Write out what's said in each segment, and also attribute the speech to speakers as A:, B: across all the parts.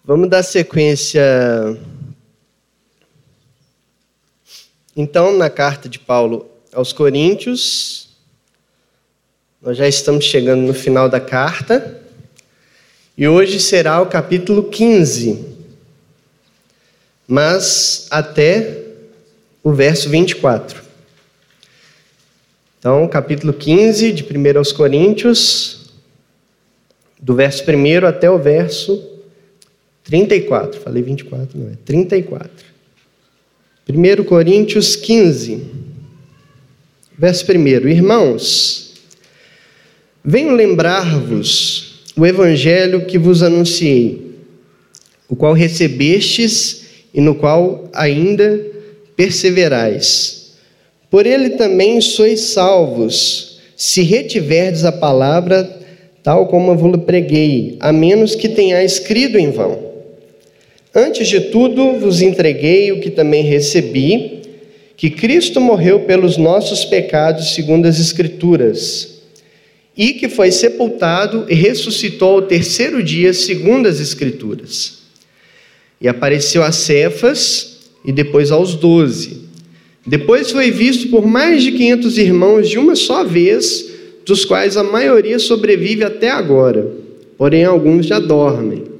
A: Vamos dar sequência, então, na carta de Paulo aos Coríntios. Nós já estamos chegando no final da carta, e hoje será o capítulo 15, mas até o verso 24. Então, capítulo 15 de 1 aos Coríntios, do verso 1 até o verso 34. Falei 24, não é? 34. 1 Coríntios 15, verso 1. Irmãos, venho lembrar-vos o evangelho que vos anunciei, o qual recebestes e no qual ainda perseverais. Por ele também sois salvos, se retiverdes a palavra tal como eu vos preguei, a menos que tenhais crido em vão. Antes de tudo, vos entreguei o que também recebi, que Cristo morreu pelos nossos pecados segundo as Escrituras, e que foi sepultado e ressuscitou ao terceiro dia segundo as Escrituras. E apareceu a Cefas e depois aos 12. Depois foi visto por mais de 500 irmãos de uma só vez, dos quais a maioria sobrevive até agora, porém alguns já dormem.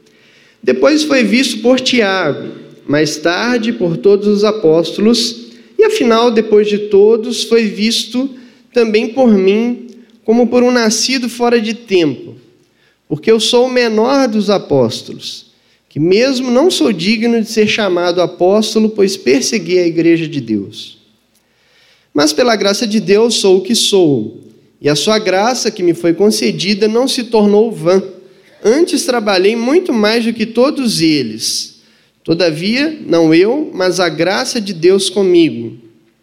A: Depois foi visto por Tiago, mais tarde por todos os apóstolos, e afinal, depois de todos, foi visto também por mim, como por um nascido fora de tempo, porque eu sou o menor dos apóstolos, que mesmo não sou digno de ser chamado apóstolo, pois persegui a igreja de Deus. Mas pela graça de Deus sou o que sou, e a sua graça que me foi concedida não se tornou vã. Antes trabalhei muito mais do que todos eles. Todavia, não eu, mas a graça de Deus comigo.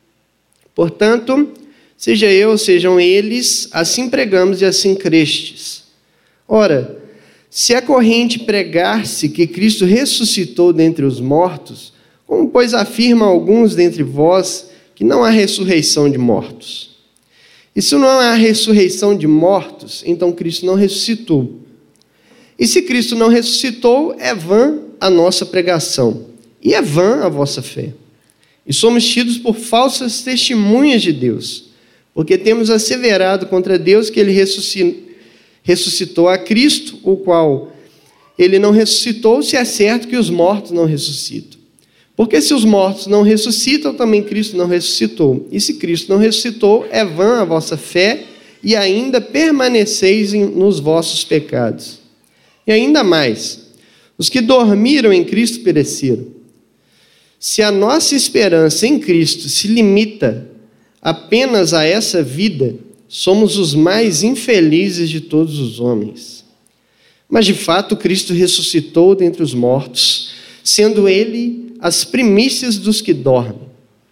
A: Portanto, seja eu, sejam eles, assim pregamos e assim crestes. Ora, se é corrente pregar-se que Cristo ressuscitou dentre os mortos, como pois afirma alguns dentre vós que não há ressurreição de mortos? E se não há ressurreição de mortos, então Cristo não ressuscitou. E se Cristo não ressuscitou, é vã a nossa pregação, e é vã a vossa fé. E somos tidos por falsas testemunhas de Deus, porque temos asseverado contra Deus que ele ressuscitou a Cristo, o qual ele não ressuscitou, se é certo que os mortos não ressuscitam. Porque se os mortos não ressuscitam, também Cristo não ressuscitou. E se Cristo não ressuscitou, é vã a vossa fé, e ainda permaneceis nos vossos pecados. E ainda mais, os que dormiram em Cristo pereceram. Se a nossa esperança em Cristo se limita apenas a essa vida, somos os mais infelizes de todos os homens. Mas de fato Cristo ressuscitou dentre os mortos, sendo ele as primícias dos que dormem.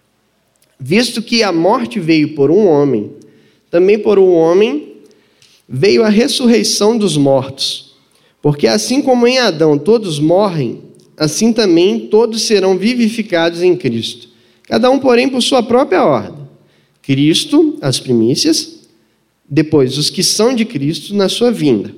A: Visto que a morte veio por um homem, também por um homem veio a ressurreição dos mortos. Porque assim como em Adão todos morrem, assim também todos serão vivificados em Cristo. Cada um, porém, por sua própria ordem. Cristo, as primícias, depois os que são de Cristo na sua vinda.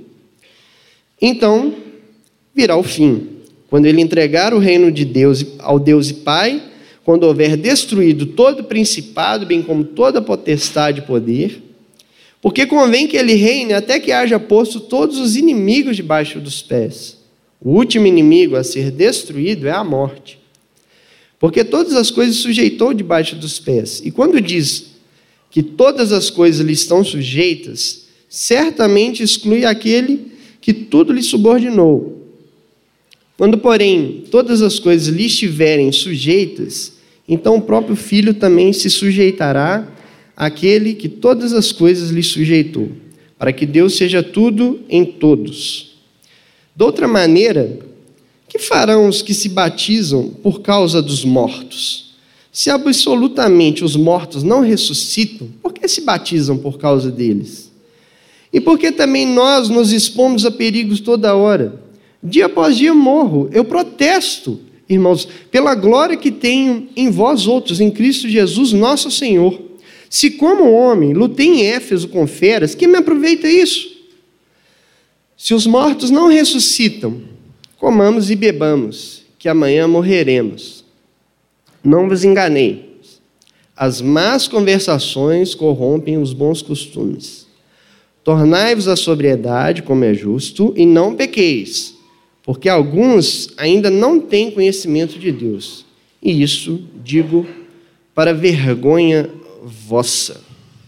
A: Então, virá o fim, quando ele entregar o reino de Deus ao Deus e Pai, quando houver destruído todo principado, bem como toda potestade e poder, porque convém que ele reine até que haja posto todos os inimigos debaixo dos pés. O último inimigo a ser destruído é a morte. Porque todas as coisas sujeitou debaixo dos pés. E quando diz que todas as coisas lhe estão sujeitas, certamente exclui aquele que tudo lhe subordinou. Quando, porém, todas as coisas lhe estiverem sujeitas, então o próprio Filho também se sujeitará àquele que todas as coisas lhe sujeitou, para que Deus seja tudo em todos. De outra maneira, que farão os que se batizam por causa dos mortos? Se absolutamente os mortos não ressuscitam, por que se batizam por causa deles? E por que também nós nos expomos a perigos toda hora? Dia após dia morro, eu protesto, irmãos, pela glória que tenho em vós outros, em Cristo Jesus, nosso Senhor. Se como homem lutei em Éfeso com feras, que me aproveita isso? Se os mortos não ressuscitam, comamos e bebamos, que amanhã morreremos. Não vos enganei. As más conversações corrompem os bons costumes. Tornai-vos à sobriedade, como é justo, e não pequeis, porque alguns ainda não têm conhecimento de Deus. E isso digo para vergonha vossa.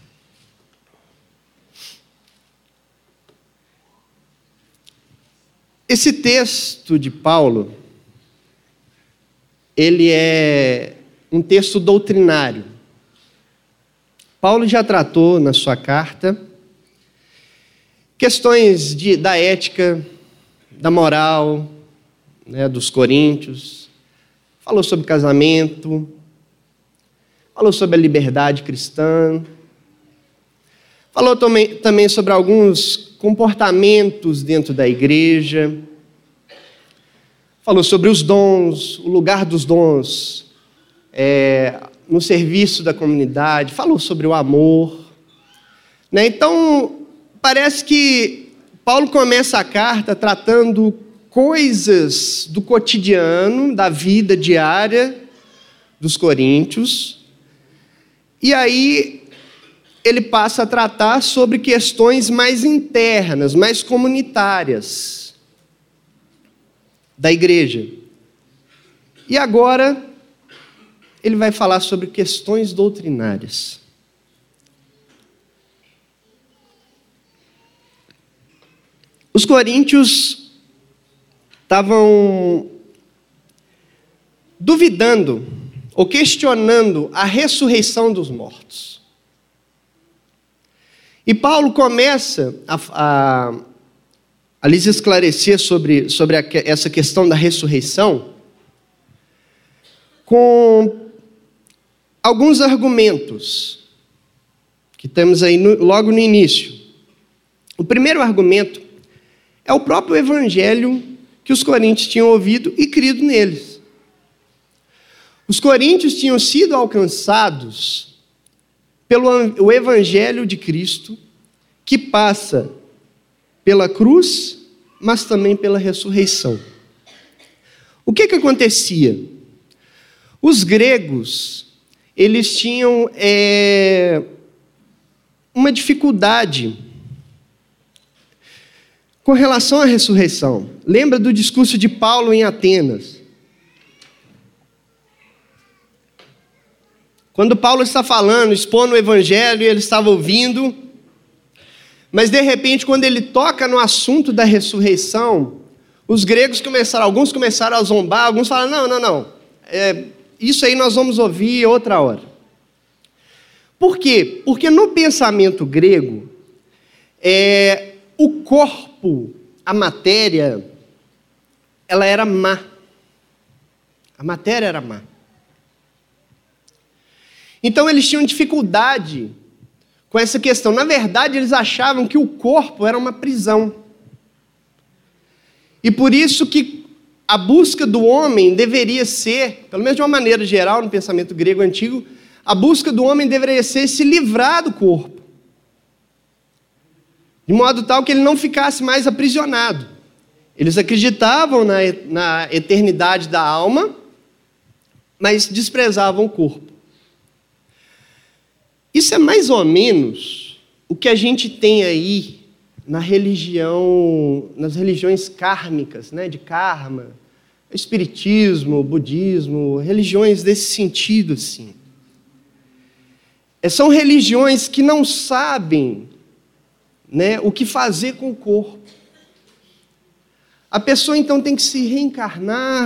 A: Esse texto de Paulo, ele é um texto doutrinário. Paulo já tratou na sua carta questões da ética, da moral, né, dos coríntios, falou sobre casamento, falou sobre a liberdade cristã, falou também sobre alguns comportamentos dentro da igreja, falou sobre os dons, o lugar dos dons no serviço da comunidade, falou sobre o amor, né? Então, parece que Paulo começa a carta tratando coisas do cotidiano, da vida diária dos coríntios, e aí ele passa a tratar sobre questões mais internas, mais comunitárias da igreja. E agora ele vai falar sobre questões doutrinárias. Os coríntios estavam duvidando ou questionando a ressurreição dos mortos. E Paulo começa a lhes esclarecer sobre essa questão da ressurreição com alguns argumentos que temos aí logo no início. O primeiro argumento é o próprio evangelho que os coríntios tinham ouvido e crido neles. Os coríntios tinham sido alcançados pelo evangelho de Cristo, que passa pela cruz, mas também pela ressurreição. O que acontecia? Os gregos, eles tinham uma dificuldade com relação à ressurreição. Lembra do discurso de Paulo em Atenas? Quando Paulo está falando, expondo o evangelho, ele estava ouvindo, mas de repente, quando ele toca no assunto da ressurreição, os gregos alguns começaram a zombar, alguns falaram, não, isso aí nós vamos ouvir outra hora. Por quê? Porque no pensamento grego, o corpo, a matéria, ela era má. A matéria era má. Então eles tinham dificuldade com essa questão. Na verdade, eles achavam que o corpo era uma prisão. E por isso que a busca do homem deveria ser, pelo menos de uma maneira geral, no pensamento grego antigo, a busca do homem deveria ser se livrar do corpo. De modo tal que ele não ficasse mais aprisionado. Eles acreditavam na eternidade da alma, mas desprezavam o corpo. Isso é mais ou menos o que a gente tem aí nas religiões kármicas, né, de karma, espiritismo, budismo, religiões desse sentido, assim. São religiões que não sabem, né, o que fazer com o corpo. A pessoa, então, tem que se reencarnar,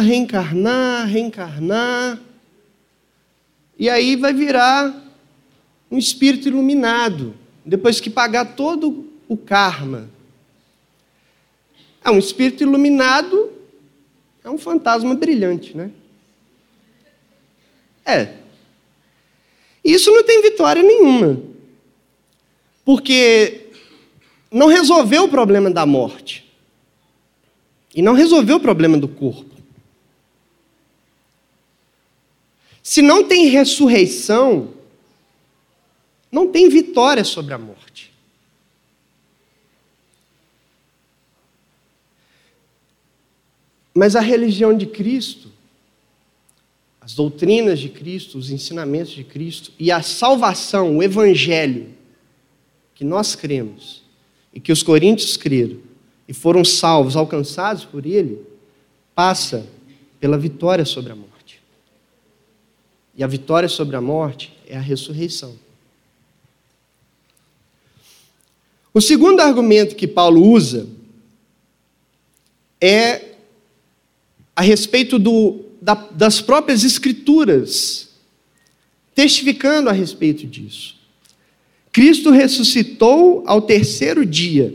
A: e aí vai virar um espírito iluminado, depois que pagar todo o karma. Um espírito iluminado é um fantasma brilhante, né? Isso não tem vitória nenhuma, porque não resolveu o problema da morte e não resolveu o problema do corpo. Se não tem ressurreição, não tem vitória sobre a morte. Mas a religião de Cristo, as doutrinas de Cristo, os ensinamentos de Cristo e a salvação, o evangelho que nós cremos e que os coríntios creram e foram salvos, alcançados por ele, passa pela vitória sobre a morte. E a vitória sobre a morte é a ressurreição. O segundo argumento que Paulo usa é a respeito das próprias Escrituras, testificando a respeito disso. Cristo ressuscitou ao terceiro dia.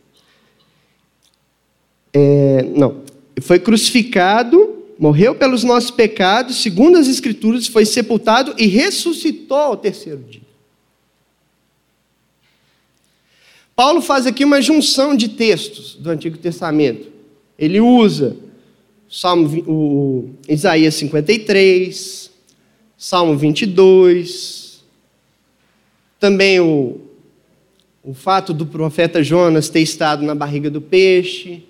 A: Foi crucificado, morreu pelos nossos pecados, segundo as Escrituras, foi sepultado e ressuscitou ao terceiro dia. Paulo faz aqui uma junção de textos do Antigo Testamento. Ele usa Isaías 53, Salmo 22, também o fato do profeta Jonas ter estado na barriga do peixe.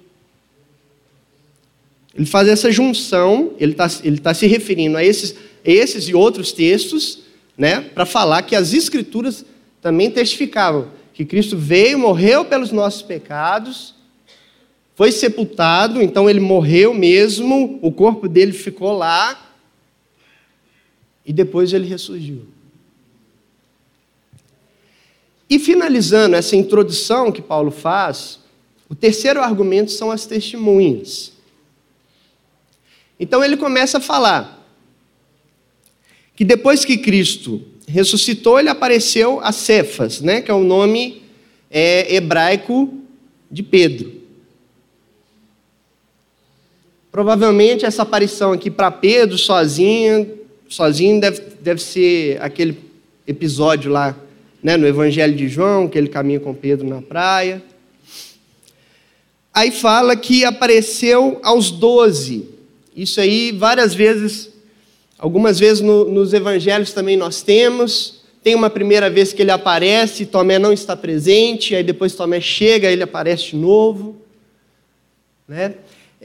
A: Ele faz essa junção, ele tá se referindo a esses e outros textos, né, para falar que as Escrituras também testificavam que Cristo veio, morreu pelos nossos pecados, foi sepultado, então ele morreu mesmo, o corpo dele ficou lá, e depois ele ressurgiu. E finalizando essa introdução que Paulo faz, o terceiro argumento são as testemunhas. Então ele começa a falar que depois que Cristo ressuscitou, ele apareceu a Cefas, né, que é o nome hebraico de Pedro. Provavelmente essa aparição aqui para Pedro, sozinho deve ser aquele episódio lá, né, no Evangelho de João, que ele caminha com Pedro na praia. Aí fala que apareceu aos 12. Isso aí várias vezes, algumas vezes nos evangelhos também nós temos. Tem uma primeira vez que ele aparece, Tomé não está presente, aí depois Tomé chega, ele aparece de novo, né?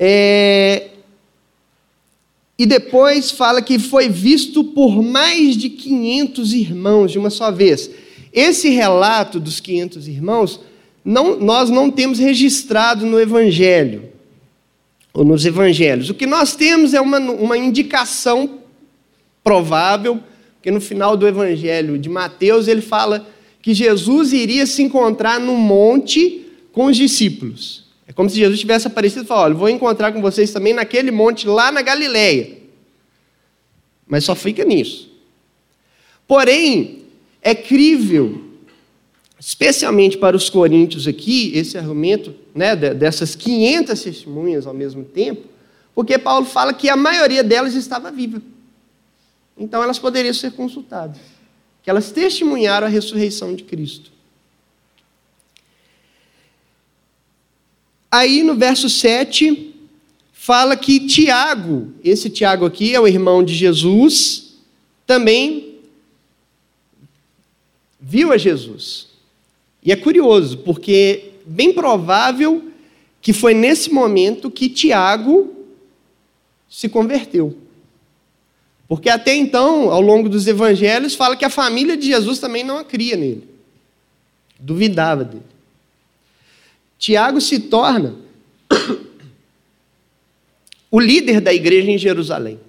A: E depois fala que foi visto por mais de 500 irmãos de uma só vez. Esse relato dos 500 irmãos, nós não temos registrado no Evangelho, ou nos Evangelhos. O que nós temos é uma indicação provável, que no final do Evangelho de Mateus, ele fala que Jesus iria se encontrar no monte com os discípulos. É como se Jesus tivesse aparecido e falado: olha, vou encontrar com vocês também naquele monte lá na Galileia. Mas só fica nisso. Porém, é crível, especialmente para os coríntios aqui, esse argumento, né, dessas 500 testemunhas ao mesmo tempo, porque Paulo fala que a maioria delas estava viva. Então elas poderiam ser consultadas, que elas testemunharam a ressurreição de Cristo. Aí no verso 7, fala que Tiago, esse Tiago aqui é o irmão de Jesus, também viu a Jesus. E é curioso, porque bem provável que foi nesse momento que Tiago se converteu. Porque até então, ao longo dos evangelhos, fala que a família de Jesus também não cria nele. Duvidava dele. Tiago se torna o líder da igreja em Jerusalém.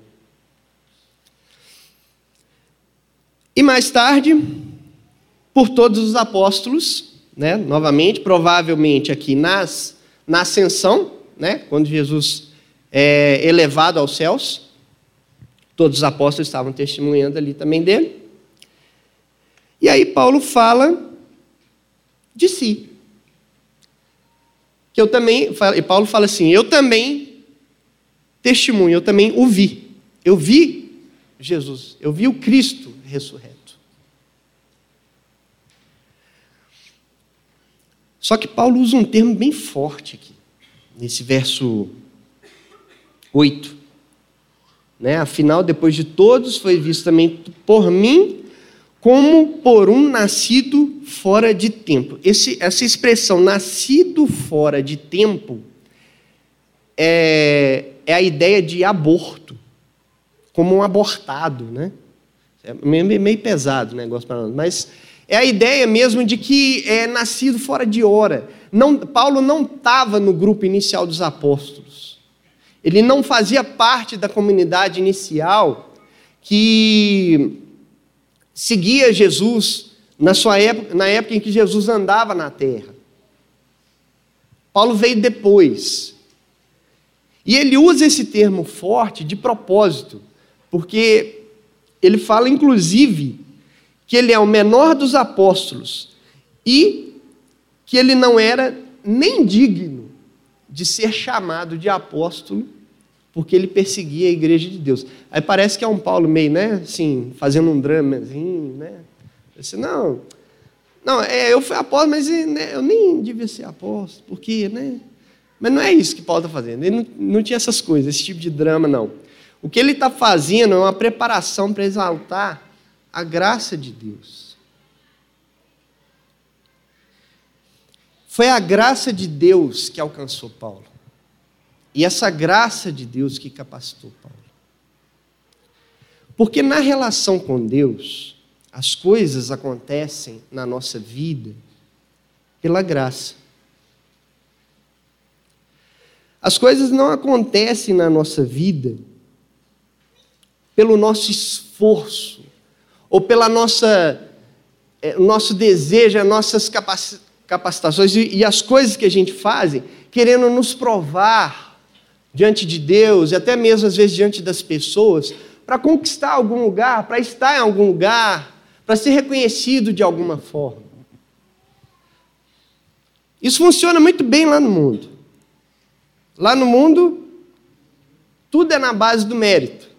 A: E mais tarde, por todos os apóstolos, né, novamente, provavelmente aqui na ascensão, né, quando Jesus é elevado aos céus, todos os apóstolos estavam testemunhando ali também dele. E aí Paulo fala de si. E Paulo fala assim: eu também testemunho, eu também o vi. Eu vi Jesus, eu vi o Cristo ressurreto. Só que Paulo usa um termo bem forte aqui, nesse verso 8. Né? Afinal, depois de todos, foi visto também por mim como por um nascido fora de tempo. Essa expressão, nascido fora de tempo, é é a ideia de aborto, como um abortado, né? É meio pesado o negócio para nós, mas é a ideia mesmo de que é nascido fora de hora. Paulo não estava no grupo inicial dos apóstolos. Ele não fazia parte da comunidade inicial que seguia Jesus na época em que Jesus andava na terra. Paulo veio depois. E ele usa esse termo forte de propósito, porque ele fala, inclusive, que ele é o menor dos apóstolos e que ele não era nem digno de ser chamado de apóstolo, porque ele perseguia a igreja de Deus. Aí parece que é um Paulo meio, né, assim, fazendo um dramazinho, né? Assim, não, eu fui apóstolo, mas né, eu nem devia ser apóstolo, porque, né? Mas não é isso que Paulo está fazendo. Ele não tinha essas coisas, esse tipo de drama, não. O que ele está fazendo é uma preparação para exaltar a graça de Deus. Foi a graça de Deus que alcançou Paulo. E essa graça de Deus que capacitou Paulo. Porque na relação com Deus, as coisas acontecem na nossa vida pela graça. As coisas não acontecem na nossa vida pelo nosso esforço, ou pela nosso desejo, as nossas capacitações e as coisas que a gente faz, querendo nos provar diante de Deus, e até mesmo às vezes diante das pessoas, para conquistar algum lugar, para estar em algum lugar, para ser reconhecido de alguma forma. Isso funciona muito bem lá no mundo. Lá no mundo, tudo é na base do mérito.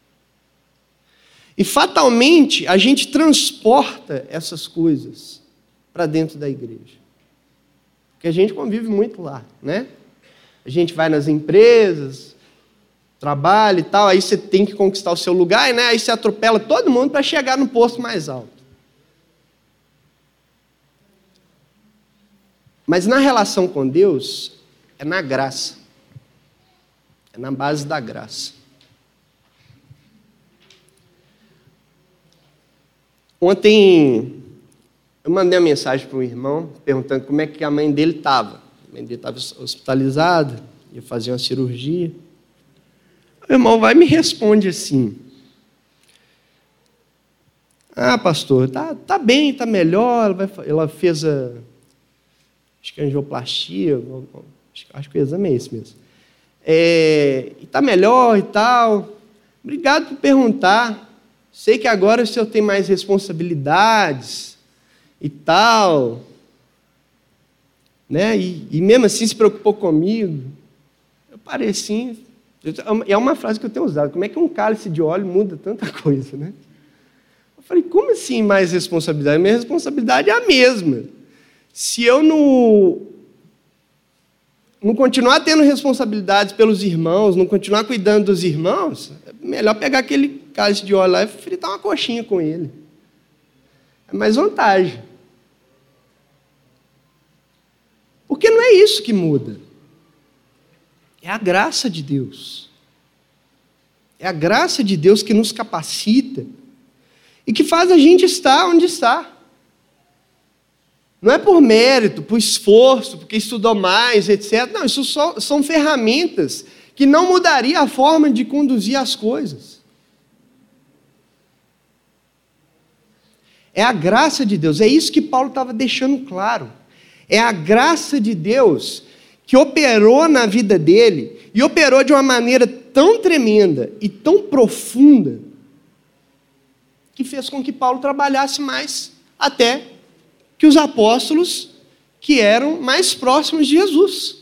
A: E fatalmente, a gente transporta essas coisas para dentro da igreja. Porque a gente convive muito lá, né? A gente vai nas empresas, trabalha e tal, aí você tem que conquistar o seu lugar, né? Aí você atropela todo mundo para chegar no posto mais alto. Mas na relação com Deus, é na graça. É na base da graça. Ontem, eu mandei uma mensagem para um irmão, perguntando como é que a mãe dele estava. A mãe dele estava hospitalizada, ia fazer uma cirurgia. O irmão vai e me responde assim: ah, pastor, tá bem, tá melhor, ela fez acho que a angioplastia, acho que o exame é esse mesmo. Está melhor e tal. Obrigado por perguntar. Sei que agora o senhor tem mais responsabilidades e tal, né? E mesmo assim se preocupou comigo. Eu parei assim. É uma frase que eu tenho usado. Como é que um cálice de óleo muda tanta coisa, né? Eu falei, como assim mais responsabilidade? Minha responsabilidade é a mesma. Se eu não continuar tendo responsabilidades pelos irmãos, não continuar cuidando dos irmãos, é melhor pegar aquele cálice de óleo lá e fritar uma coxinha com ele. É mais vantagem. Porque não é isso que muda. É a graça de Deus. É a graça de Deus que nos capacita e que faz a gente estar onde está. Não é por mérito, por esforço, porque estudou mais, etc. Não, isso são ferramentas que não mudaria a forma de conduzir as coisas. É a graça de Deus, é isso que Paulo estava deixando claro. É a graça de Deus que operou na vida dele, e operou de uma maneira tão tremenda e tão profunda, que fez com que Paulo trabalhasse mais até que os apóstolos que eram mais próximos de Jesus.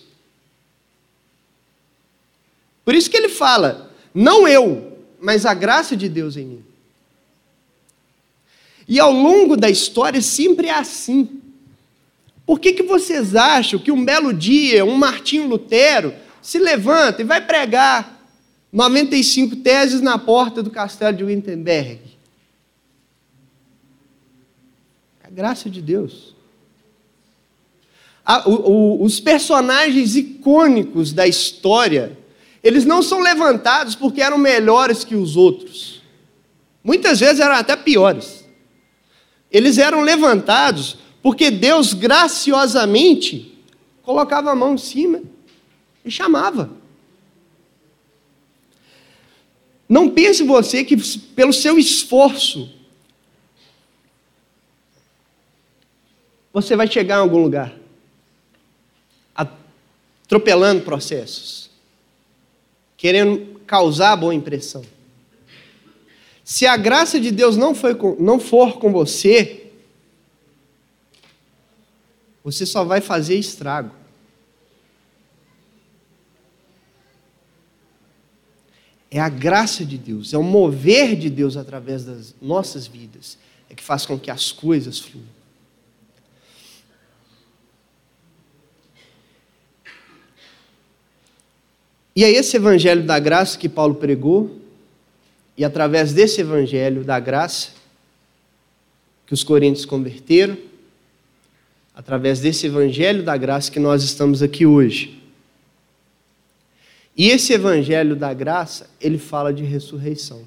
A: Por isso que ele fala, não eu, mas a graça de Deus em mim. E ao longo da história sempre é assim. Por que vocês acham que um belo dia um Martinho Lutero se levanta e vai pregar 95 teses na porta do castelo de Wittenberg? A graça de Deus. Os personagens icônicos da história, eles não são levantados porque eram melhores que os outros. Muitas vezes eram até piores. Eles eram levantados porque Deus graciosamente colocava a mão em cima e chamava. Não pense você que pelo seu esforço você vai chegar em algum lugar, atropelando processos, querendo causar boa impressão. Se a graça de Deus não for com você, você só vai fazer estrago. É a graça de Deus, é o mover de Deus através das nossas vidas, é que faz com que as coisas fluam. E é esse evangelho da graça que Paulo pregou, e através desse evangelho da graça, que os coríntios converteram, através desse evangelho da graça que nós estamos aqui hoje. E esse evangelho da graça, ele fala de ressurreição.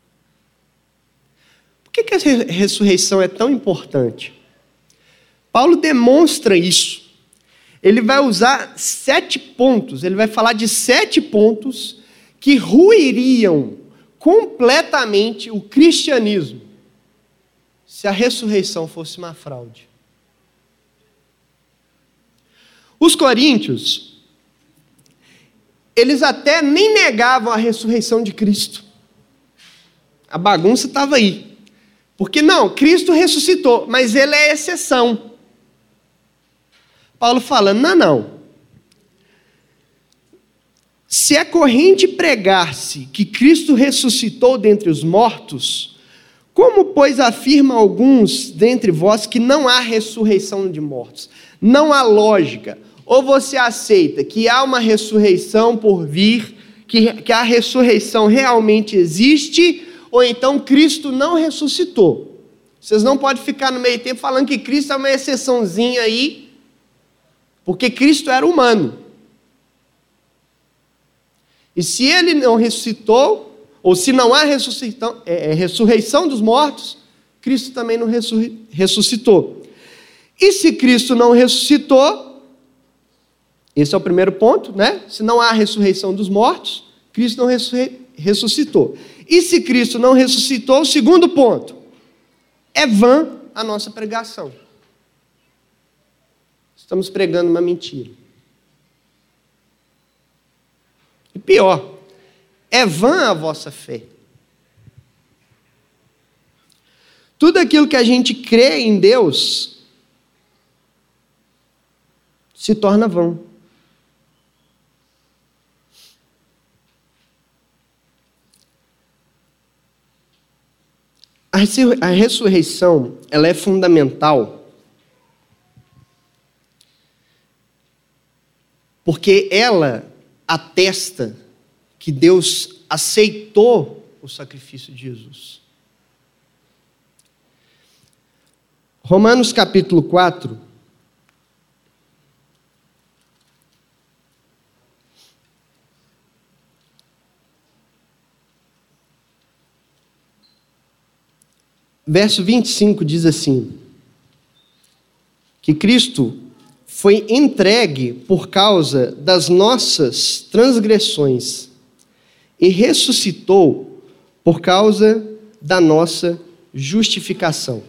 A: Por que a ressurreição é tão importante? Paulo demonstra isso. Ele vai usar 7 pontos, ele vai falar de 7 pontos que ruiriam completamente o cristianismo se a ressurreição fosse uma fraude. Os coríntios, eles até nem negavam a ressurreição de Cristo. A bagunça estava aí. Porque não, Cristo ressuscitou, mas ele é exceção. Paulo fala, não. Se é corrente pregar-se que Cristo ressuscitou dentre os mortos, como, pois, afirma alguns dentre vós que não há ressurreição de mortos? Não há lógica. Ou você aceita que há uma ressurreição por vir, que a ressurreição realmente existe, ou então Cristo não ressuscitou. Vocês não podem ficar no meio tempo falando que Cristo é uma exceçãozinha aí, porque Cristo era humano. E se ele não ressuscitou, ou se não há ressurreição dos mortos, Cristo também não ressuscitou. E se Cristo não ressuscitou, esse é o primeiro ponto, né? Se não há ressurreição dos mortos, Cristo não ressuscitou. E se Cristo não ressuscitou, o segundo ponto, é vã a nossa pregação. Estamos pregando uma mentira. E pior, é vã a vossa fé. Tudo aquilo que a gente crê em Deus se torna vão. A ressurreição, ela é fundamental porque ela atesta que Deus aceitou o sacrifício de Jesus. Romanos capítulo 4, verso 25 diz assim, que Cristo foi entregue por causa das nossas transgressões e ressuscitou por causa da nossa justificação.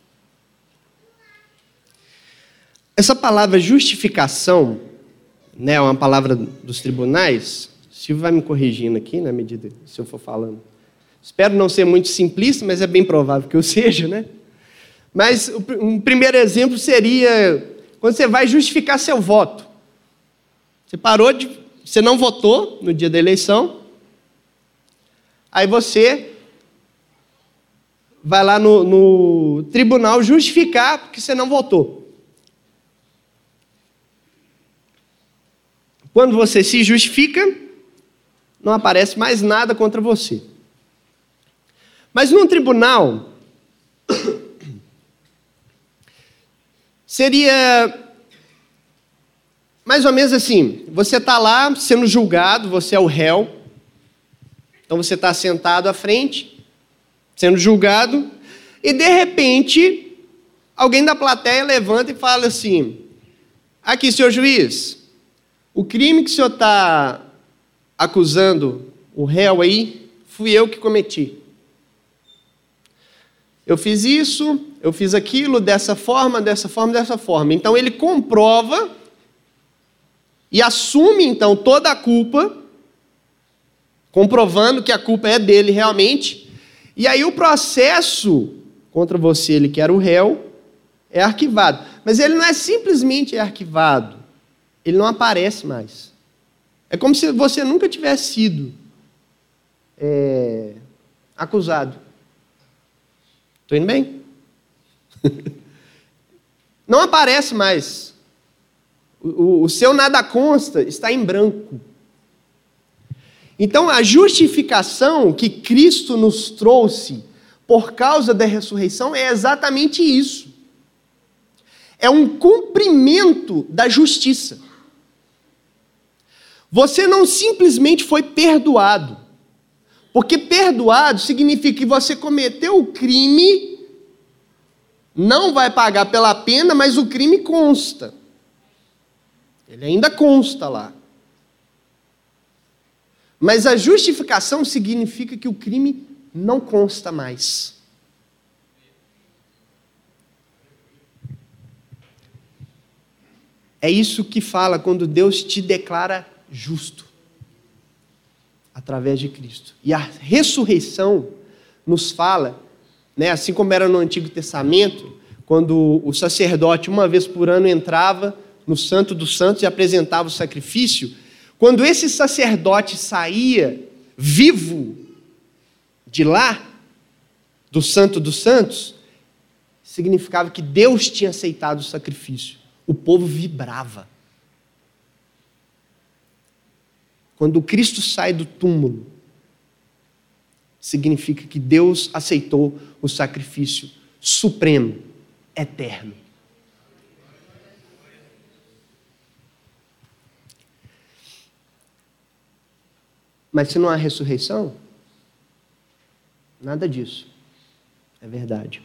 A: Essa palavra justificação, né, é uma palavra dos tribunais. Silvio vai me corrigindo aqui, na medida que eu for falando. Espero não ser muito simplista, mas é bem provável que eu seja, né? Mas um primeiro exemplo seria quando você vai justificar seu voto. Você não votou no dia da eleição, aí você vai lá no tribunal justificar porque você não votou. Quando você se justifica, não aparece mais nada contra você. Mas num tribunal, seria mais ou menos assim, você está lá sendo julgado, você é o réu, então você está sentado à frente, sendo julgado, e de repente, alguém da plateia levanta e fala assim, aqui, senhor juiz, o crime que o senhor está acusando o réu aí, fui eu que cometi. Eu fiz isso, eu fiz aquilo, dessa forma, dessa forma, dessa forma. Então ele comprova e assume então toda a culpa, comprovando que a culpa é dele realmente. E aí o processo contra você, ele que era o réu, é arquivado. Mas ele não é simplesmente arquivado, ele não aparece mais. É como se você nunca tivesse sido acusado. Estou indo bem? Não aparece mais. O seu nada consta está em branco. Então, a justificação que Cristo nos trouxe por causa da ressurreição é exatamente isso. É um cumprimento da justiça. Você não simplesmente foi perdoado. Porque perdoado significa que você cometeu o crime, não vai pagar pela pena, mas o crime consta. Ele ainda consta lá. Mas a justificação significa que o crime não consta mais. É isso que fala quando Deus te declara justo, através de Cristo. E a ressurreição nos fala, né, assim como era no Antigo Testamento, quando o sacerdote uma vez por ano entrava no Santo dos Santos e apresentava o sacrifício, quando esse sacerdote saía vivo de lá, do Santo dos Santos, significava que Deus tinha aceitado o sacrifício. O povo vibrava. Quando Cristo sai do túmulo, significa que Deus aceitou o sacrifício supremo, eterno. Mas se não há ressurreição, nada disso é verdade.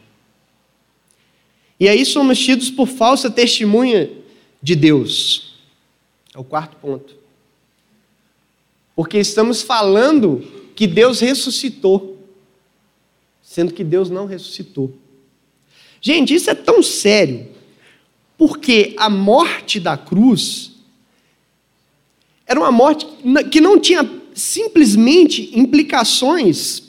A: E aí somos tidos por falsa testemunha de Deus. É o quarto ponto. Porque estamos falando que Deus ressuscitou, sendo que Deus não ressuscitou. Gente, isso é tão sério, porque a morte da cruz era uma morte que não tinha simplesmente implicações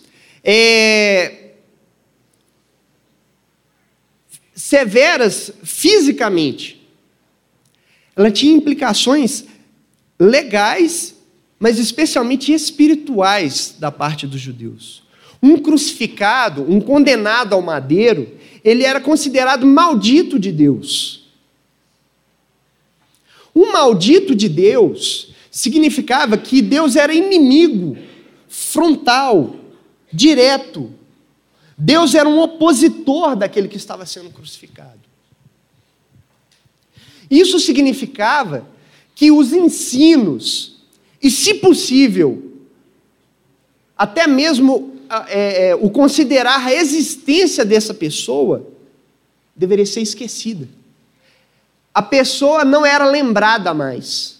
A: severas fisicamente. Ela tinha implicações legais, mas especialmente espirituais da parte dos judeus. Um crucificado, um condenado ao madeiro, ele era considerado maldito de Deus. Um maldito de Deus significava que Deus era inimigo, frontal, direto. Deus era um opositor daquele que estava sendo crucificado. Isso significava que os ensinos, e se possível, até mesmo o considerar a existência dessa pessoa, deveria ser esquecida. A pessoa não era lembrada mais.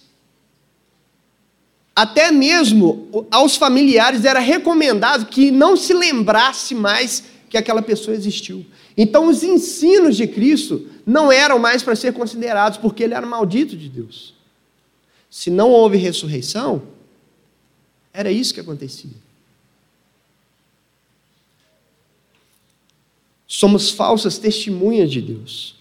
A: Até mesmo aos familiares era recomendado que não se lembrasse mais que aquela pessoa existiu. Então os ensinos de Cristo não eram mais para ser considerados, porque ele era maldito de Deus. Se não houve ressurreição, era isso que acontecia. Somos falsas testemunhas de Deus.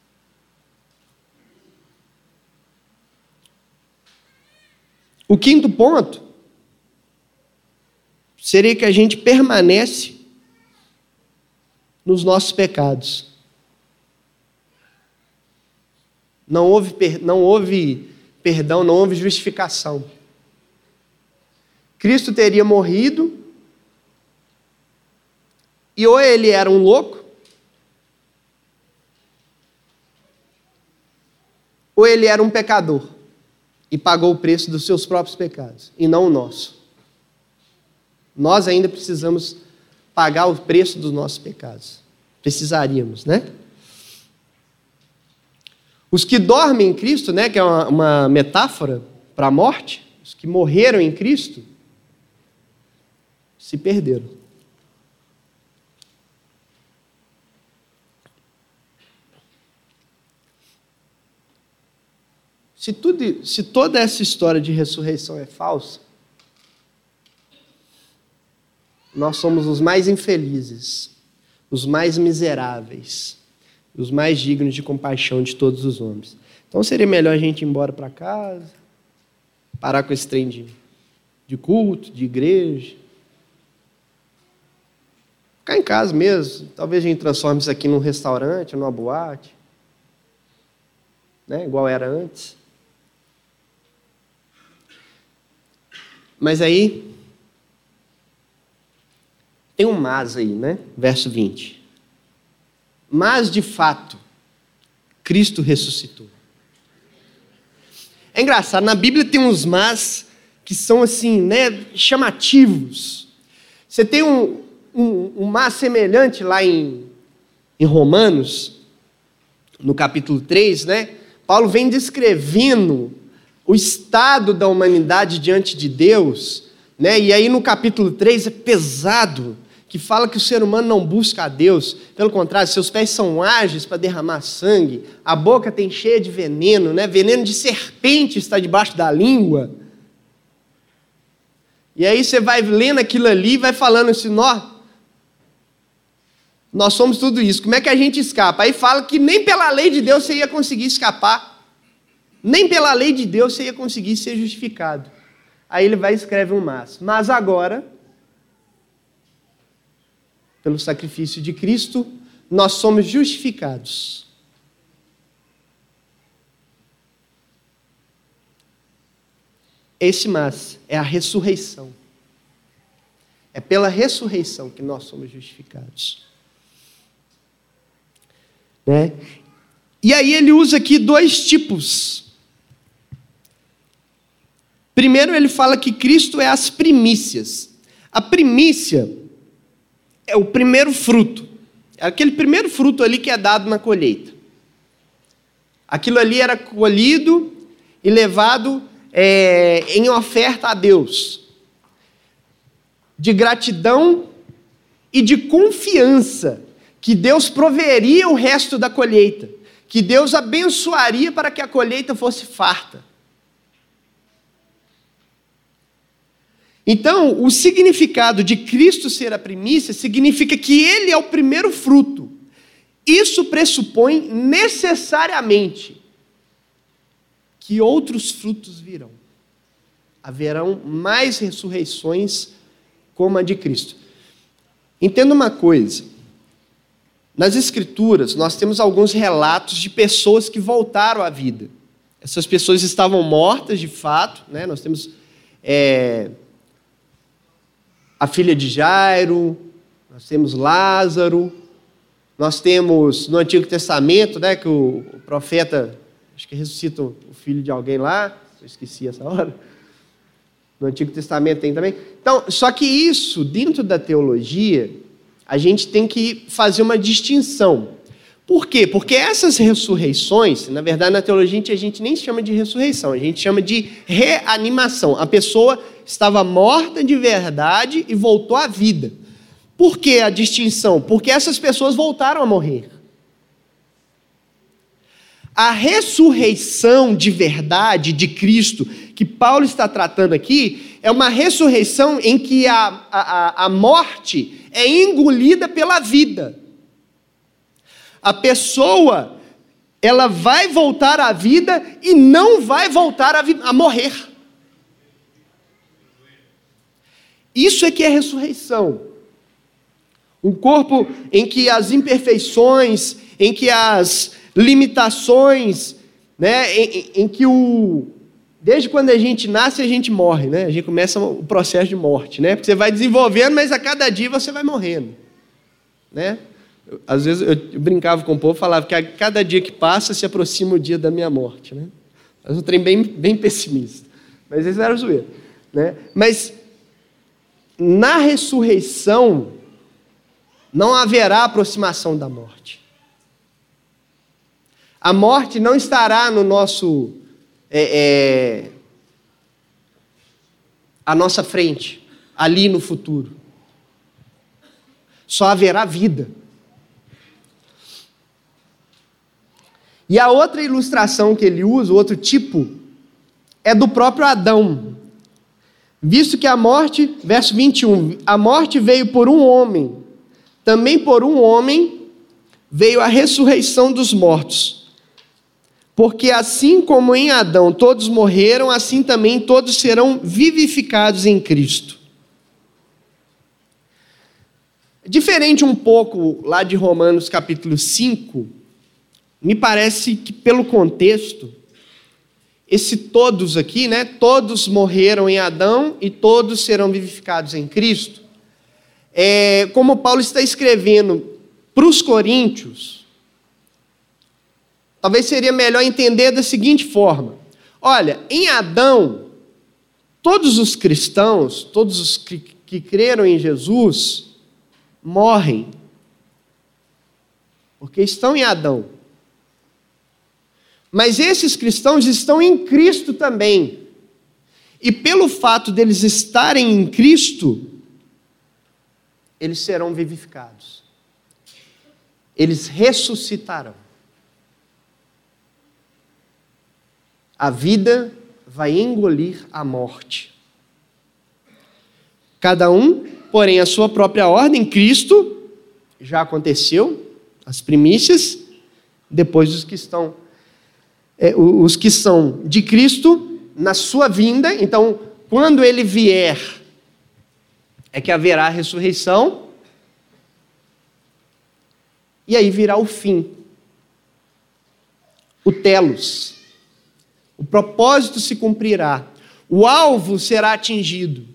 A: O quinto ponto seria que a gente permanece nos nossos pecados. Não houve perdão, não houve justificação. Cristo teria morrido e ou ele era um louco, ou ele era um pecador. e pagou o preço dos seus próprios pecados, e não o nosso. Nós ainda precisamos pagar o preço dos nossos pecados. Precisaríamos, né? Os que dormem em Cristo, né, que é uma metáfora para a morte, os que morreram em Cristo, se perderam. Se toda essa história de ressurreição é falsa, nós somos os mais infelizes, os mais miseráveis, os mais dignos de compaixão de todos os homens. Então seria melhor a gente ir embora para casa, parar com esse trem de culto, de igreja. Ficar em casa mesmo. Talvez a gente transforme isso aqui num restaurante, numa boate. Né? Igual era antes. Mas aí, tem um mas aí, né? Verso 20. Mas, de fato, Cristo ressuscitou. É engraçado, na Bíblia tem uns mas que são assim, né, chamativos. Você tem um mas semelhante lá em Romanos, no capítulo 3, né? Paulo vem descrevendo o estado da humanidade diante de Deus, né? E aí no capítulo 3 é pesado, que fala que o ser humano não busca a Deus, pelo contrário, seus pés são ágeis para derramar sangue, a boca tem cheia de veneno, né? Veneno de serpente está debaixo da língua. E aí você vai lendo aquilo ali e vai falando assim, nós somos tudo isso, como é que a gente escapa? Aí fala que nem pela lei de Deus você ia conseguir escapar, nem pela lei de Deus você ia conseguir ser justificado. Aí ele vai e escreve um mas agora, pelo sacrifício de Cristo, nós somos justificados. Esse mas é a ressurreição. É pela ressurreição que nós somos justificados. Né? E aí ele usa aqui dois tipos. Primeiro ele fala que Cristo é as primícias. A primícia é o primeiro fruto. É aquele primeiro fruto ali que é dado na colheita. Aquilo ali era colhido e levado em oferta a Deus. De gratidão e de confiança que Deus proveria o resto da colheita. Que Deus abençoaria para que a colheita fosse farta. Então, o significado de Cristo ser a primícia significa que Ele é o primeiro fruto. Isso pressupõe necessariamente que outros frutos virão. Haverão mais ressurreições como a de Cristo. Entenda uma coisa. Nas Escrituras, nós temos alguns relatos de pessoas que voltaram à vida. Essas pessoas estavam mortas de fato, né? Nós temos a filha de Jairo, nós temos Lázaro, nós temos no Antigo Testamento, né, que o profeta, acho que ressuscita o filho de alguém lá, eu esqueci essa hora, no Antigo Testamento tem também. Então, só que isso, dentro da teologia, a gente tem que fazer uma distinção. Por quê? Porque essas ressurreições, na verdade, na teologia a gente nem chama de ressurreição, a gente chama de reanimação. A pessoa estava morta de verdade e voltou à vida. Por que a distinção? Porque essas pessoas voltaram a morrer. A ressurreição de verdade de Cristo, que Paulo está tratando aqui, é uma ressurreição em que a morte é engolida pela vida. A pessoa, ela vai voltar à vida e não vai voltar a morrer. Isso é que é ressurreição. Um corpo em que as imperfeições, em que as limitações, né, em que desde quando a gente nasce, a gente morre, né? A gente começa o processo de morte, né? Porque você vai desenvolvendo, mas a cada dia você vai morrendo, né? Às vezes eu brincava com o povo, falava que a cada dia que passa se aproxima o dia da minha morte, né? Mas um trem bem pessimista. Mas esse era zoeira, né? Mas na ressurreição não haverá aproximação da morte. A morte não estará no nosso à nossa frente, ali no futuro. Só haverá vida. E a outra ilustração que ele usa, o outro tipo, é do próprio Adão. Visto que a morte, verso 21, a morte veio por um homem, também por um homem veio a ressurreição dos mortos. Porque assim como em Adão todos morreram, assim também todos serão vivificados em Cristo. Diferente um pouco lá de Romanos capítulo 5, me parece que pelo contexto, esse todos aqui, né? Todos morreram em Adão e todos serão vivificados em Cristo. Como Paulo está escrevendo para os coríntios, talvez seria melhor entender da seguinte forma. Olha, em Adão, todos os cristãos, todos os que creram em Jesus, morrem, porque estão em Adão. Mas esses cristãos estão em Cristo também. E pelo fato deles estarem em Cristo, eles serão vivificados. Eles ressuscitarão. A vida vai engolir a morte. Cada um, porém, a sua própria ordem. Cristo já aconteceu, as primícias, depois os que são de Cristo na sua vinda. Então, quando ele vier, é que haverá a ressurreição, e aí virá o fim, o telos, o propósito se cumprirá, o alvo será atingido.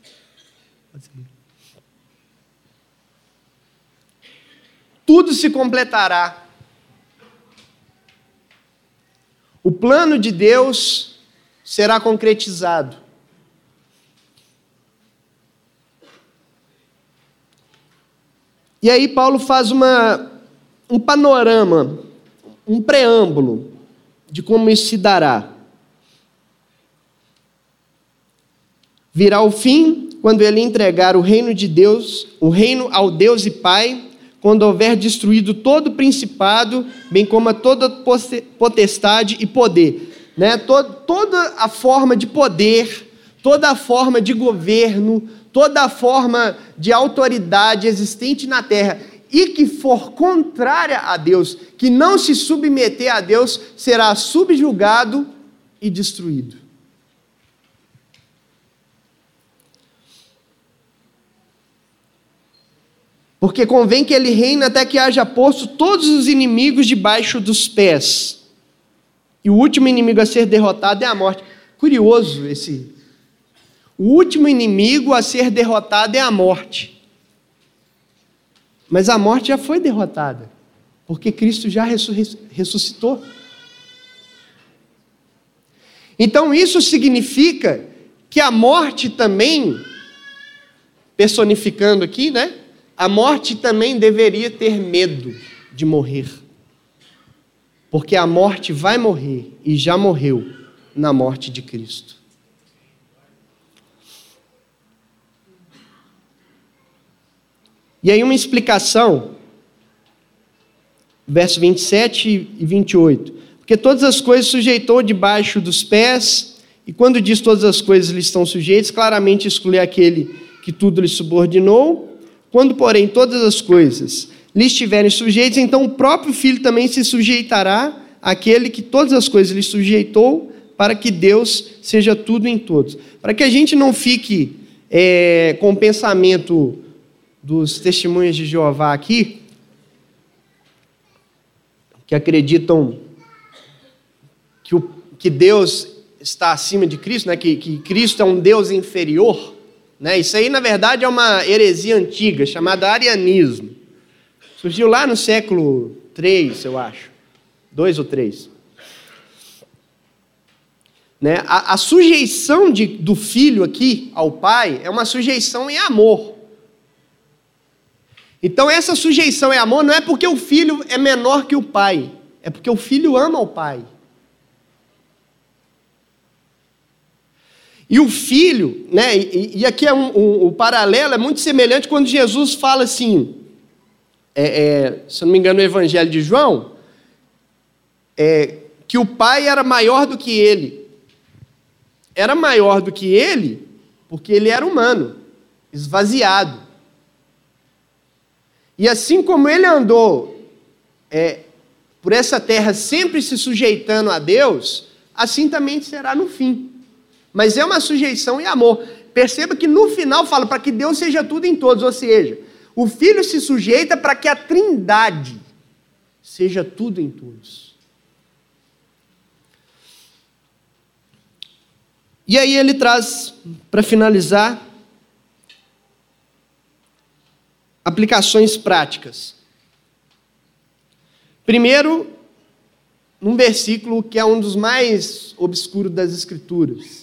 A: Tudo se completará. O plano de Deus será concretizado. E aí Paulo faz um panorama, um preâmbulo de como isso se dará. Virá o fim quando ele entregar o reino de Deus, o reino ao Deus e Pai, quando houver destruído todo o principado, bem como a toda potestade e poder. Né? Toda a forma de poder, toda a forma de governo, toda a forma de autoridade existente na terra, e que for contrária a Deus, que não se submeter a Deus, será subjugado e destruído. Porque convém que ele reine até que haja posto todos os inimigos debaixo dos pés. E o último inimigo a ser derrotado é a morte. Curioso esse. O último inimigo a ser derrotado é a morte. Mas a morte já foi derrotada, porque Cristo já ressuscitou. Então isso significa que a morte também, personificando aqui, né? A morte também deveria ter medo de morrer. Porque a morte vai morrer e já morreu na morte de Cristo. E aí uma explicação, verso 27 e 28. Porque todas as coisas sujeitou debaixo dos pés, e quando diz todas as coisas lhe estão sujeitas, claramente exclui aquele que tudo lhe subordinou. Quando, porém, todas as coisas lhe estiverem sujeitas, então o próprio Filho também se sujeitará àquele que todas as coisas lhe sujeitou, para que Deus seja tudo em todos. Para que a gente não fique com o pensamento dos testemunhas de Jeová aqui, que acreditam que Deus está acima de Cristo, né? que Cristo é um Deus inferior, né? Isso aí, na verdade, é uma heresia antiga, chamada arianismo. Surgiu lá no século III, eu acho. 2 ou 3. Né? A sujeição do filho aqui ao pai é uma sujeição em amor. Então essa sujeição em amor não é porque o filho é menor que o pai, é porque o filho ama o pai. E o filho, né, e aqui é o paralelo é muito semelhante quando Jesus fala assim, se eu não me engano no Evangelho de João, que o pai era maior do que ele. Era maior do que ele porque ele era humano, esvaziado. E assim como ele andou por essa terra sempre se sujeitando a Deus, assim também será no fim. Mas é uma sujeição e amor. Perceba que no final fala para que Deus seja tudo em todos, ou seja, o Filho se sujeita para que a Trindade seja tudo em todos. E aí ele traz, para finalizar, aplicações práticas. Primeiro, num versículo que é um dos mais obscuros das Escrituras.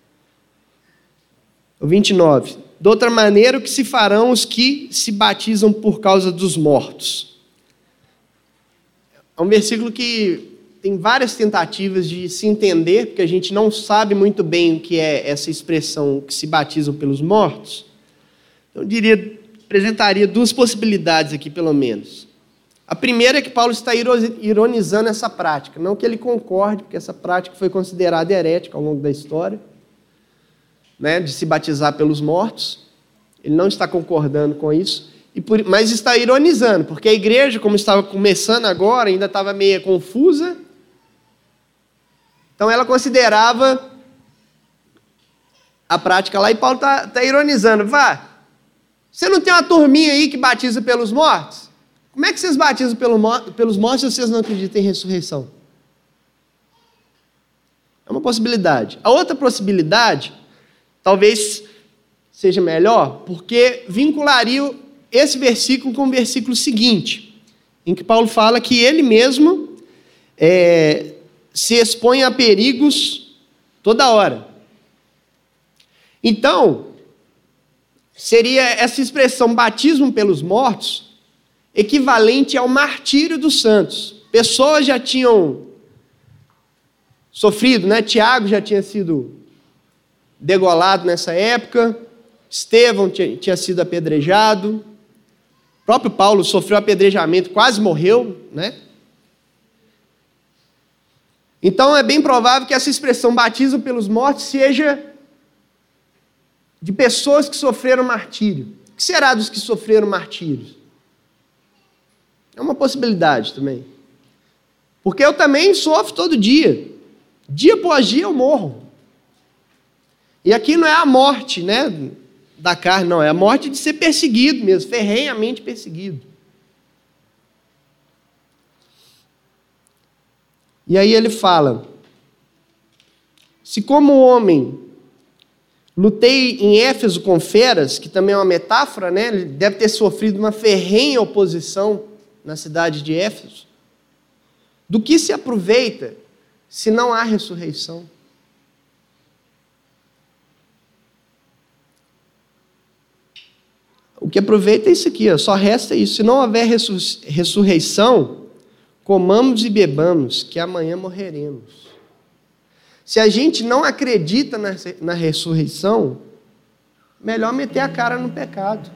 A: O 29. De outra maneira, o que se farão os que se batizam por causa dos mortos? É um versículo que tem várias tentativas de se entender, porque a gente não sabe muito bem o que é essa expressão que se batizam pelos mortos. Então, eu apresentaria duas possibilidades aqui, pelo menos. A primeira é que Paulo está ironizando essa prática. Não que ele concorde, porque essa prática foi considerada herética ao longo da história, né, de se batizar pelos mortos. Ele não está concordando com isso, mas está ironizando, porque a igreja, como estava começando agora, ainda estava meio confusa. Então ela considerava a prática lá, e Paulo está ironizando. Você não tem uma turminha aí que batiza pelos mortos? Como é que vocês batizam pelos mortos se vocês não acreditam em ressurreição? É uma possibilidade. A outra possibilidade talvez seja melhor, porque vincularia esse versículo com o versículo seguinte, em que Paulo fala que ele mesmo se expõe a perigos toda hora. Então, seria essa expressão batismo pelos mortos equivalente ao martírio dos santos. Pessoas já tinham sofrido, né? Tiago já tinha sido degolado nessa época, Estevão tinha sido apedrejado, o próprio Paulo sofreu apedrejamento, quase morreu, né? Então é bem provável que essa expressão batismo pelos mortos seja de pessoas que sofreram martírio. O que será dos que sofreram martírios? É uma possibilidade também. Porque eu também sofro todo dia. Dia após dia eu morro. E aqui não é a morte, né, da carne, não. É a morte de ser perseguido mesmo, ferrenhamente perseguido. E aí ele fala: se como homem lutei em Éfeso com feras, que também é uma metáfora, né? Ele deve ter sofrido uma ferrenha oposição na cidade de Éfeso. Do que se aproveita se não há ressurreição? O que aproveita é isso aqui, só resta isso. Se não houver ressurreição, comamos e bebamos, que amanhã morreremos. Se a gente não acredita na ressurreição, melhor meter a cara no pecado.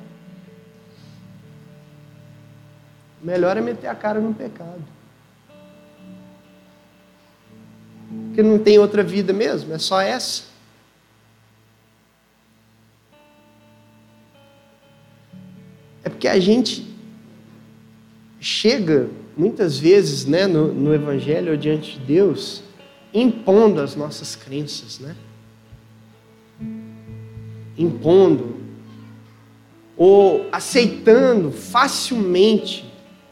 A: Melhor é meter a cara no pecado. Porque não tem outra vida mesmo, é só essa. É porque a gente chega, muitas vezes, né, no Evangelho ou diante de Deus, impondo as nossas crenças, né? Impondo, ou aceitando facilmente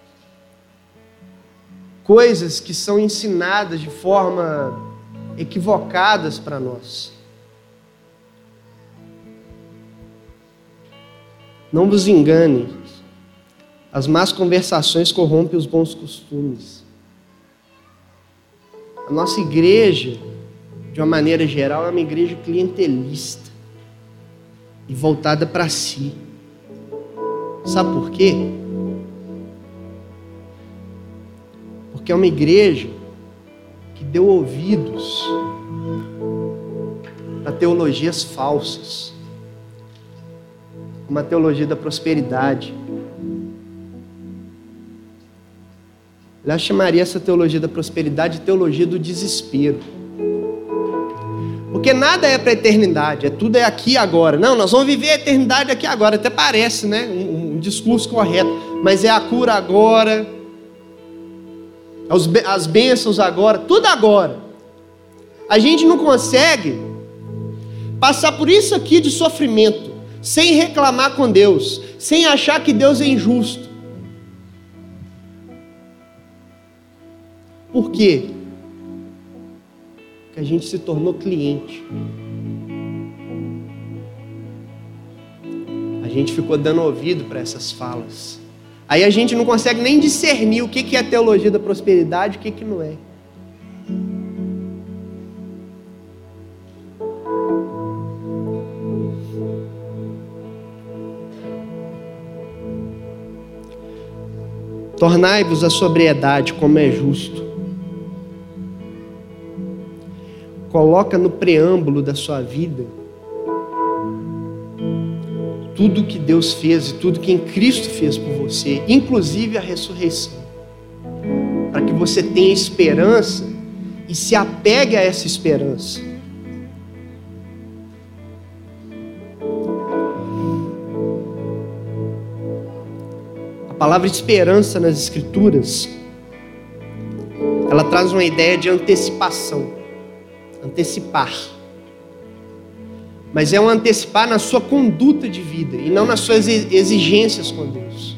A: coisas que são ensinadas de forma equivocadas para nós. Não vos engane, as más conversações corrompem os bons costumes. A nossa igreja de uma maneira geral, é uma igreja clientelista e voltada para si. Sabe por quê? Porque é uma igreja que deu ouvidos a teologias falsas, uma teologia da prosperidade. Eu chamaria essa teologia da prosperidade de teologia do desespero. Porque nada é para a eternidade, tudo é aqui e agora. Não, nós vamos viver a eternidade aqui e agora. Até parece, né? Um discurso correto. Mas é a cura agora, as bênçãos agora, tudo agora. A gente não consegue passar por isso aqui de sofrimento sem reclamar com Deus, sem achar que Deus é injusto. Por quê? Porque a gente se tornou cliente. A gente ficou dando ouvido para essas falas. Aí a gente não consegue nem discernir o que é a teologia da prosperidade e o que não é. Tornai-vos a sobriedade como é justo. Coloca no preâmbulo da sua vida tudo que Deus fez e tudo que em Cristo fez por você, inclusive a ressurreição, para que você tenha esperança e se apegue a essa esperança. A palavra esperança nas Escrituras, ela traz uma ideia de antecipação. Antecipar. Mas é um antecipar na sua conduta de vida e não nas suas exigências com Deus.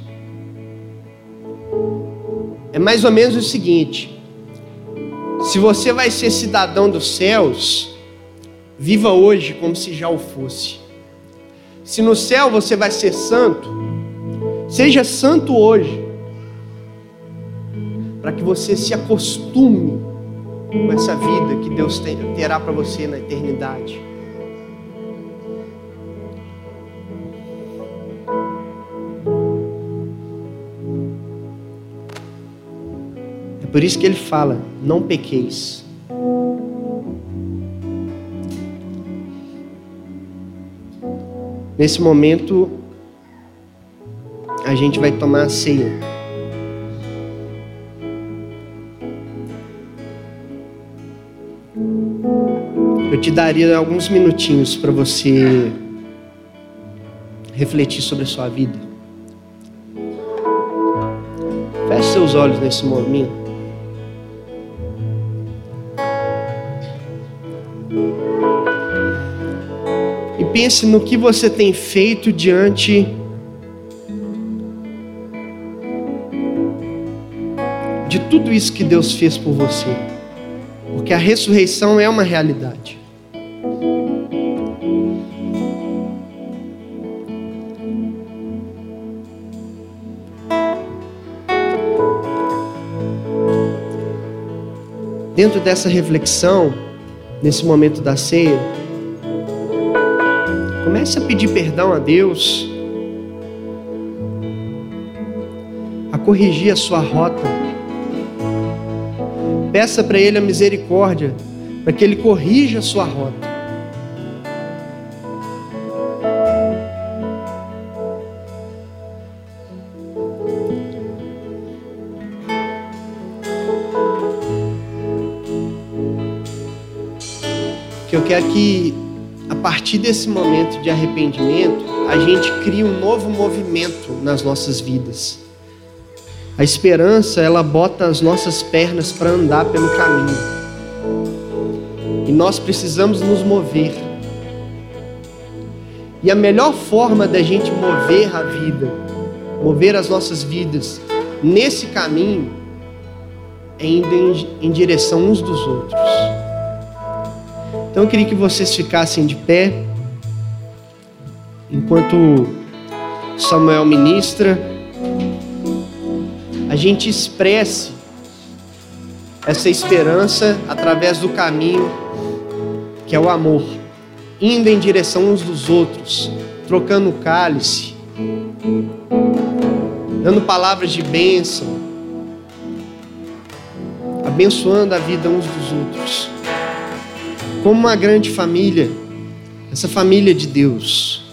A: É mais ou menos o seguinte: se você vai ser cidadão dos céus, viva hoje como se já o fosse. Se no céu você vai ser santo, seja santo hoje, para que você se acostume com essa vida que Deus terá para você na eternidade. É por isso que ele fala: não pequeis. Nesse momento, a gente vai tomar a ceia. Eu te daria alguns minutinhos para você refletir sobre a sua vida. Feche seus olhos nesse momento. E pense no que você tem feito diante de tudo isso que Deus fez por você. Porque a ressurreição é uma realidade. Dentro dessa reflexão, nesse momento da ceia, comece a pedir perdão a Deus, a corrigir a sua rota. Peça para Ele a misericórdia, para que Ele corrija a sua rota. Que eu quero que, a partir desse momento de arrependimento, a gente crie um novo movimento nas nossas vidas. A esperança, ela bota as nossas pernas para andar pelo caminho. E nós precisamos nos mover. E a melhor forma da gente mover a vida, mover as nossas vidas nesse caminho, é indo em direção uns dos outros. Então eu queria que vocês ficassem de pé, enquanto Samuel ministra. A gente expresse essa esperança através do caminho que é o amor, indo em direção uns dos outros, trocando o cálice, dando palavras de bênção, abençoando a vida uns dos outros, como uma grande família, essa família de Deus.